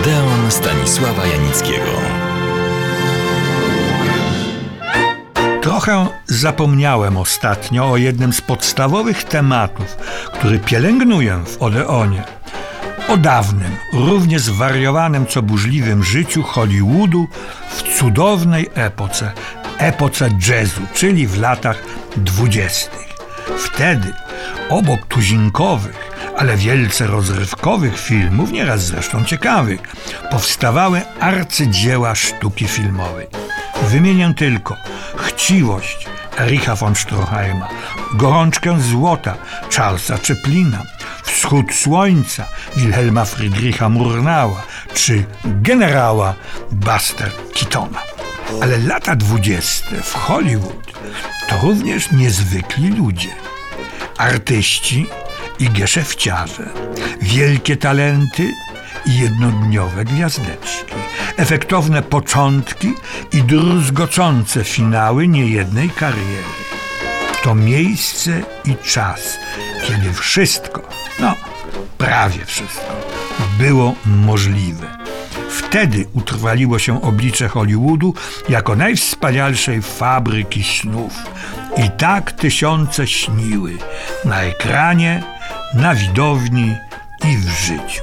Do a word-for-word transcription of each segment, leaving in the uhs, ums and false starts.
Odeon Stanisława Janickiego. Trochę zapomniałem ostatnio o jednym z podstawowych tematów, który pielęgnuję w Odeonie. O dawnym, równie zwariowanym co burzliwym życiu Hollywoodu w cudownej epoce, epoce jazzu, czyli w latach dwudziestych. Wtedy, obok tuzinkowych, ale wielce rozrywkowych filmów, nieraz zresztą ciekawych, powstawały arcydzieła sztuki filmowej. Wymienię tylko Chciwość Ericha von Stroheima, Gorączkę złota Charlesa Chaplina, Wschód słońca Wilhelma Friedricha Murnau'a czy Generała Buster Keatona. Ale lata dwudzieste w Hollywood to również niezwykli ludzie. Artyści i geszefciarze, wielkie talenty i jednodniowe gwiazdeczki, efektowne początki i druzgocące finały niejednej kariery. To miejsce i czas, kiedy wszystko, no prawie wszystko, było możliwe. Wtedy utrwaliło się oblicze Hollywoodu jako najwspanialszej fabryki snów. I tak tysiące śniły na ekranie, na widowni i w życiu.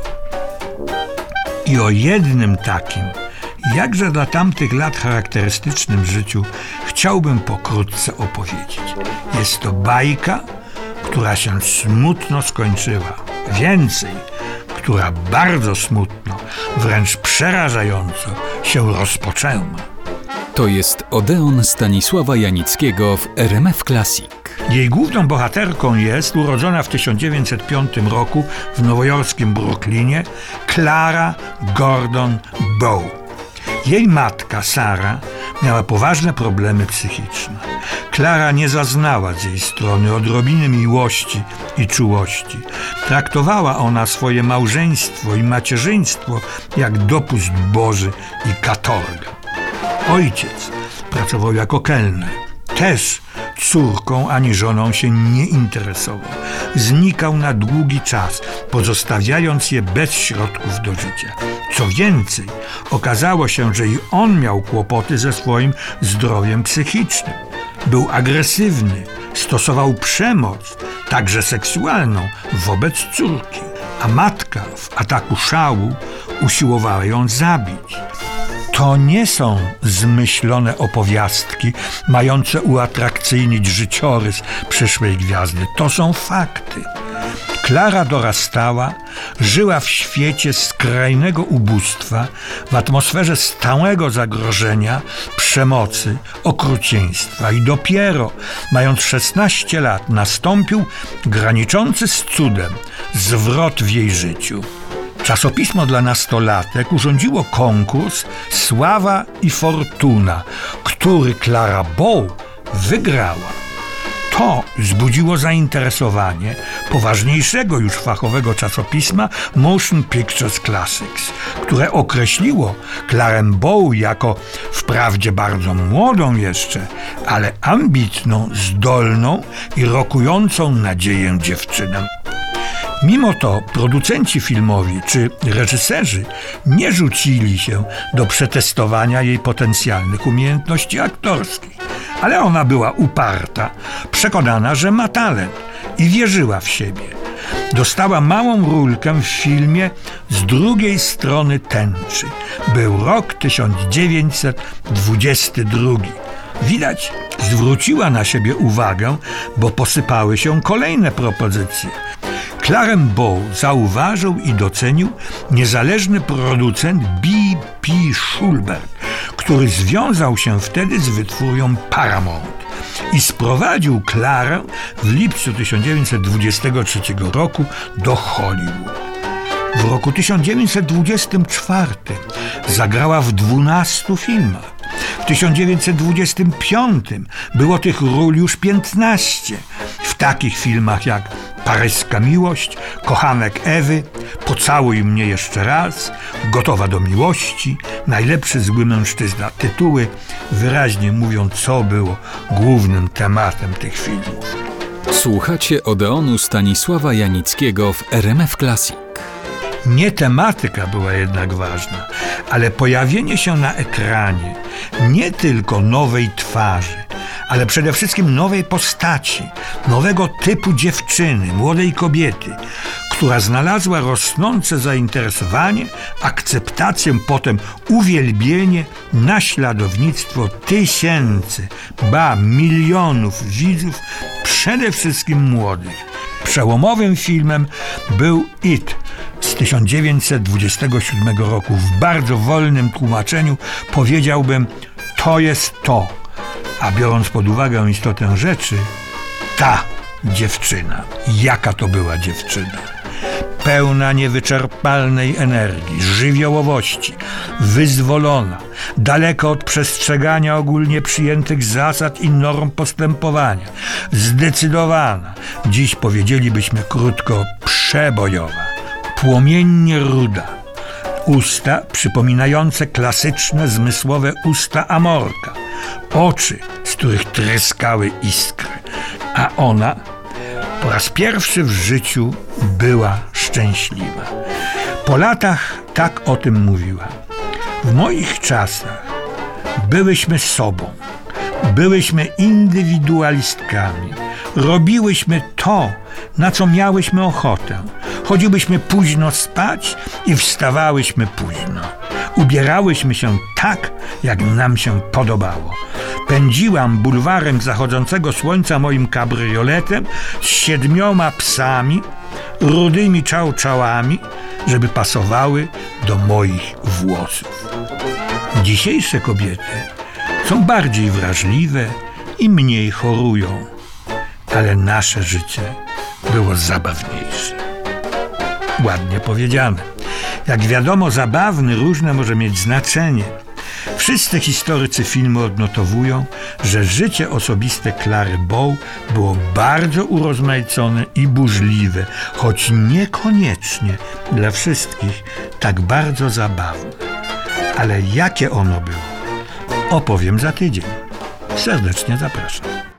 I o jednym takim, jakże dla tamtych lat charakterystycznym życiu, chciałbym pokrótce opowiedzieć. Jest to bajka, która się smutno skończyła. Więcej, która bardzo smutno, wręcz przerażająco się rozpoczęła. To jest Odeon Stanisława Janickiego w R M F Classic. Jej główną bohaterką jest urodzona w tysiąc dziewięćset piątym roku w nowojorskim Brooklynie Clara Gordon Bow. Jej matka, Sara, miała poważne problemy psychiczne. Klara nie zaznała z jej strony odrobiny miłości i czułości. Traktowała ona swoje małżeństwo i macierzyństwo jak dopust Boży i katorgę. Ojciec pracował jako kelner. Też córką ani żoną się nie interesował. Znikał na długi czas, pozostawiając je bez środków do życia. Co więcej, okazało się, że i on miał kłopoty ze swoim zdrowiem psychicznym. Był agresywny, stosował przemoc, także seksualną, wobec córki, a matka w ataku szału usiłowała ją zabić. To nie są zmyślone opowiastki mające uatrakcyjnić życiorys przyszłej gwiazdy. To są fakty. Klara dorastała, żyła w świecie skrajnego ubóstwa, w atmosferze stałego zagrożenia, przemocy, okrucieństwa i dopiero, mając szesnaście lat, nastąpił graniczący z cudem zwrot w jej życiu. Czasopismo dla nastolatek urządziło konkurs Sława i Fortuna, który Clara Bow wygrała. To wzbudziło zainteresowanie poważniejszego już fachowego czasopisma Motion Picture Classics, które określiło Clarę Bow jako wprawdzie bardzo młodą jeszcze, ale ambitną, zdolną i rokującą nadzieję dziewczynę. Mimo to producenci filmowi czy reżyserzy nie rzucili się do przetestowania jej potencjalnych umiejętności aktorskich, ale ona była uparta, przekonana, że ma talent i wierzyła w siebie. Dostała małą rólkę w filmie Z drugiej strony tęczy. Był rok tysiąc dziewięćset dwudziesty drugi. Widać, zwróciła na siebie uwagę, bo posypały się kolejne propozycje. Clarę Bow zauważył i docenił niezależny producent B P Schulberg, który związał się wtedy z wytwórnią Paramount i sprowadził Clarę w lipcu tysiąc dziewięćset dwudziestego trzeciego roku do Hollywood. W roku tysiąc dziewięćset dwudziestym czwartym zagrała w dwunastu filmach. W tysiąc dziewięćset dwudziestym piątym było tych ról już piętnaście. W takich filmach jak Paryska miłość, Kochanek Ewy, Pocałuj mnie jeszcze raz, Gotowa do miłości, Najlepszy zły mężczyzna. Tytuły wyraźnie mówią, co było głównym tematem tych filmów. Słuchacie Odeonu Stanisława Janickiego w R M F Classic. Nie tematyka była jednak ważna, ale pojawienie się na ekranie nie tylko nowej twarzy, ale przede wszystkim nowej postaci, nowego typu dziewczyny, młodej kobiety, która znalazła rosnące zainteresowanie, akceptację, potem uwielbienie, naśladownictwo tysięcy, ba milionów widzów, przede wszystkim młodych. Przełomowym filmem był It z tysiąc dziewięćset dwudziestego siódmego roku. W bardzo wolnym tłumaczeniu powiedziałbym, to jest to, a biorąc pod uwagę istotę rzeczy, ta dziewczyna. Jaka to była dziewczyna? Pełna niewyczerpalnej energii, żywiołowości, wyzwolona, daleko od przestrzegania ogólnie przyjętych zasad i norm postępowania, zdecydowana, dziś powiedzielibyśmy krótko przebojowa, płomiennie ruda, usta przypominające klasyczne zmysłowe usta Amorka, oczy, z których tryskały iskry, a ona po raz pierwszy w życiu była szczęśliwa. Po latach tak o tym mówiła. W moich czasach byłyśmy sobą, byłyśmy indywidualistkami, robiłyśmy to, na co miałyśmy ochotę. Chodziłyśmy późno spać i wstawałyśmy późno. Ubierałyśmy się tak, jak nam się podobało. Pędziłam bulwarem zachodzącego słońca moim kabrioletem z siedmioma psami, rudymi czałczałami, żeby pasowały do moich włosów. Dzisiejsze kobiety są bardziej wrażliwe i mniej chorują, ale nasze życie było zabawniejsze. Ładnie powiedziane. Jak wiadomo, zabawny różne może mieć znaczenie. Wszyscy historycy filmu odnotowują, że życie osobiste Clary Bow było bardzo urozmaicone i burzliwe, choć niekoniecznie dla wszystkich tak bardzo zabawne. Ale jakie ono było, opowiem za tydzień. Serdecznie zapraszam.